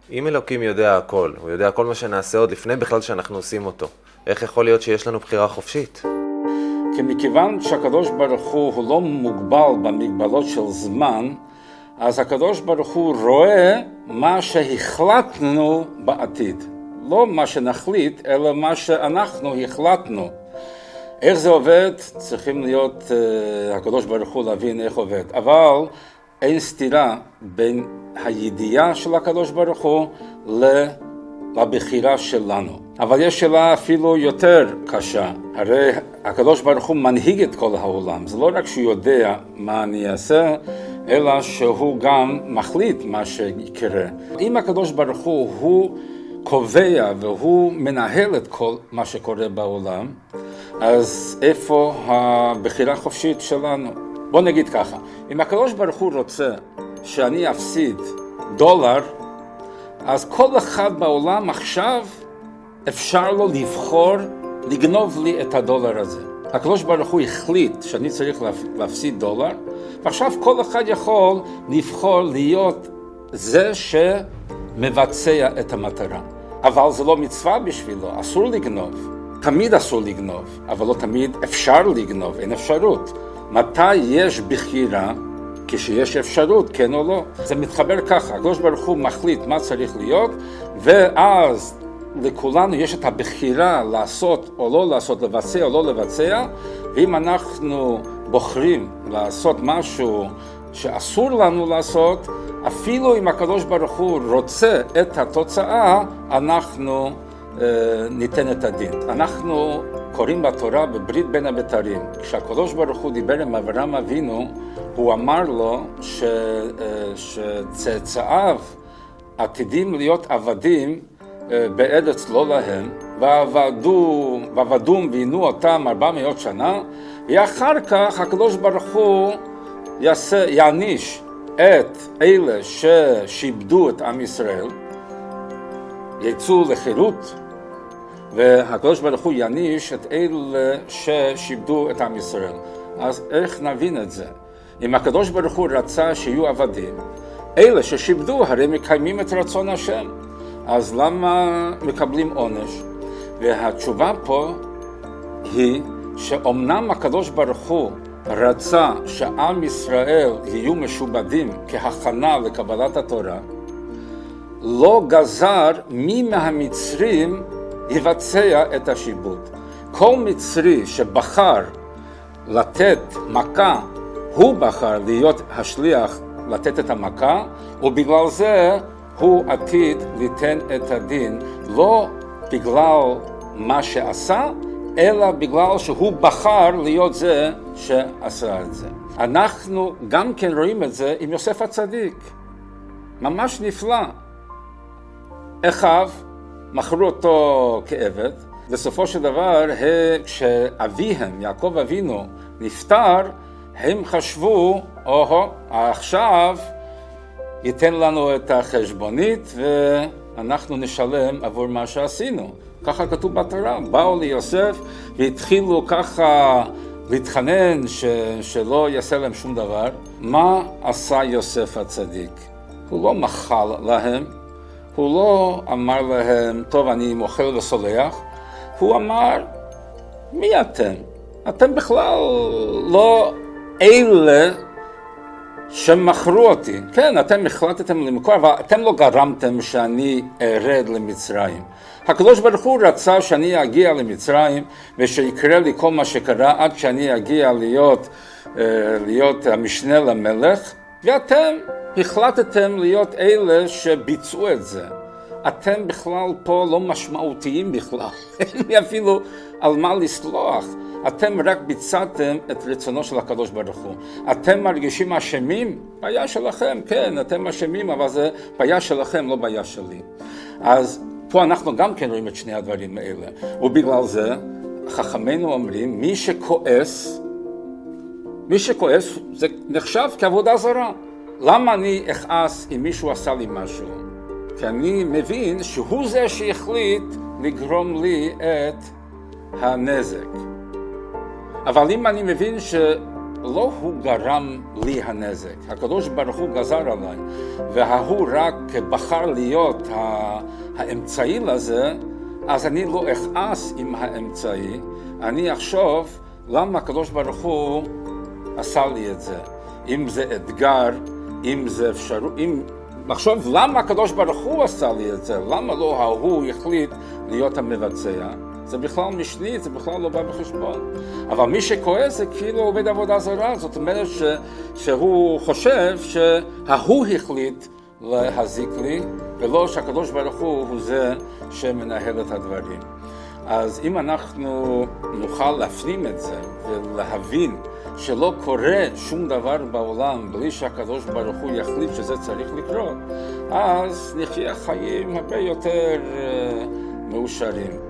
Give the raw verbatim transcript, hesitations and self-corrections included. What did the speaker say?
אם אלוקים יודע הכל, הוא יודע כל מה שנעשה עוד לפני בכלל שאנחנו עושים אותו, איך יכול להיות שיש לנו בחירה חופשית? כי מכיוון שהקדוש ברוך הוא, הוא לא מוגבל במגבלות של זמן, אז הקדוש ברוך הוא רואה מה שהחלטנו בעתיד. לא מה שנחליט, אלא מה שאנחנו החלטנו. איך זה עובד? צריכים להיות, uh, הקדוש ברוך הוא להבין איך עובד. אבל אין סתירה בין הידיעה של הקדוש ברוך הוא לבחירה שלנו. אבל יש שאלה אפילו יותר קשה. הרי הקדוש ברוך הוא מנהיג את כל העולם. זה לא רק שהוא יודע מה אני אעשה, אלא שהוא גם מחליט מה שיקרה. אם הקדוש ברוך הוא, הוא קובע והוא מנהל את כל מה שקורה בעולם, אז איפה הבחירה החופשית שלנו? בוא נגיד ככה, אם הקדוש ברוך הוא רוצה שאני אפסיד דולר, אז כל אחד בעולם עכשיו אפשר לו לבחור לגנוב לי את הדולר הזה. הקדוש ברוך הוא החליט שאני צריך להפסיד דולר, ועכשיו כל אחד יכול לבחור להיות זה שמבצע את המטרה. אבל זה לא מצווה בשבילו, אסור לגנוב. תמיד אסור לגנוב, אבל לא תמיד אפשר לגנוב, אין אפשרות. מתי יש בחירה? כשיש אפשרות, כן או לא. זה מתחבר ככה, הקדוש ברוך הוא מחליט מה צריך להיות, ואז לכולנו יש את הבחירה לעשות או לא לעשות, לבצע או לא לבצע, ואם אנחנו בוחרים לעשות משהו שאסור לנו לעשות, אפילו אם הקדוש ברוך הוא רוצה את התוצאה, אנחנו אה, ניתן את הדין. אנחנו קוראים בתורה בברית בין הבתרים. כשהקדוש ברוך הוא דיבר עם אברהם אבינו, הוא אמר לו ש, אה, שצאצאיו עתידים להיות עבדים אה, בארץ לא להם, ועבדו, ועבדום ועינו אותם ארבע מאות שנה, ואחר כך הקדוש ברוך הוא יעשה, יעניש את אלה ששיבדו את עם ישראל, יצאו לחירות, והקדוש ברוך הוא יעניש את אלה ששיבדו את עם ישראל. אז איך נבין את זה? אם הקדוש ברוך הוא רצה שיהיו עבדים, אלה ששיבדו הרי מקיימים את רצון השם, אז למה מקבלים עונש? והתשובה פה היא שאומנם הקדוש ברוך הוא רצה שעם ישראל יהיו משובדים כהכנה לקבלת התורה, לא גזר מי מהמצרים יבצע את השיבוד. כל מצרי שבחר לתת מכה, הוא בחר להיות השליח לתת את המכה, ובגלל זה הוא עתיד ליתן את הדין, לא בגלל מה שעשה, אלא בגלל שהוא בחר להיות זה שעשה את זה. אנחנו גם כן רואים את זה עם יוסף הצדיק. ממש נפלא. אחיו מכרו אותו כעבד, בסופו של דבר, כשאביהם, יעקב אבינו, נפטר, הם חשבו, או, עכשיו ייתן לנו את החשבונית ואנחנו נשלם עבור מה שעשינו. ככה כתוב בתורה, באו ליוסף והתחילו ככה להתחנן ש... שלא יעשה להם שום דבר. מה עשה יוסף הצדיק? הוא לא מחל להם, הוא לא אמר להם, טוב אני מוכר וסולח, הוא אמר, מי אתם? אתם בכלל לא אלה שמכרו אותי. כן, אתם החלטתם למכור, אבל אתם לא גרמתם שאני ארד למצרים. הקדוש ברוך הוא רצה שאני אגיע למצרים, ושיקרה לי כל מה שקרה עד שאני אגיע להיות, להיות המשנה למלך, ואתם החלטתם להיות אלה שביצעו את זה. אתם בכלל פה לא משמעותיים בכלל, אין לי אפילו על מה לסלוח. אתם רק ביצעתם את רצונו של הקדוש ברוך הוא. אתם מרגישים אשמים? בעיה שלכם, כן, אתם אשמים, אבל זה בעיה שלכם, לא בעיה שלי. אז פה אנחנו גם כן רואים את שני הדברים האלה. ובגלל זה, חכמינו אומרים, מי שכועס, מי שכועס זה נחשב כעבודה זרה. למה אני אכעס אם מישהו עשה לי משהו? כי אני מבין שהוא זה שהחליט לגרום לי את הנזק. אבל אם אני מבין לא הוא גרם לי הנזק, הקדוש ברוך הוא גזר עליי, וההוא רק בחר להיות האמצעי לזה, אז אני לא אכעס עם האמצעי, אני אחשוב למה הקדוש ברוך הוא עשה לי את זה. אם זה אתגר, אם זה אפשרות, אם... לחשוב למה הקדוש ברוך הוא עשה לי את זה, למה לא ההוא החליט להיות המבצע, זה בכלל משני, זה בכלל לא בא בחשבון. אבל מי שכועס זה כאילו עובד עבודה זרה, זאת אומרת ש... שהוא חושב שההוא החליט להזיק לי, ולא שהקדוש ברוך הוא הוא זה שמנהל את הדברים. אז אם אנחנו נוכל להפנים את זה ולהבין שלא קורה שום דבר בעולם בלי שהקדוש ברוך הוא יחליט שזה צריך לקרות, אז נחיה חיים הרבה יותר מאושרים.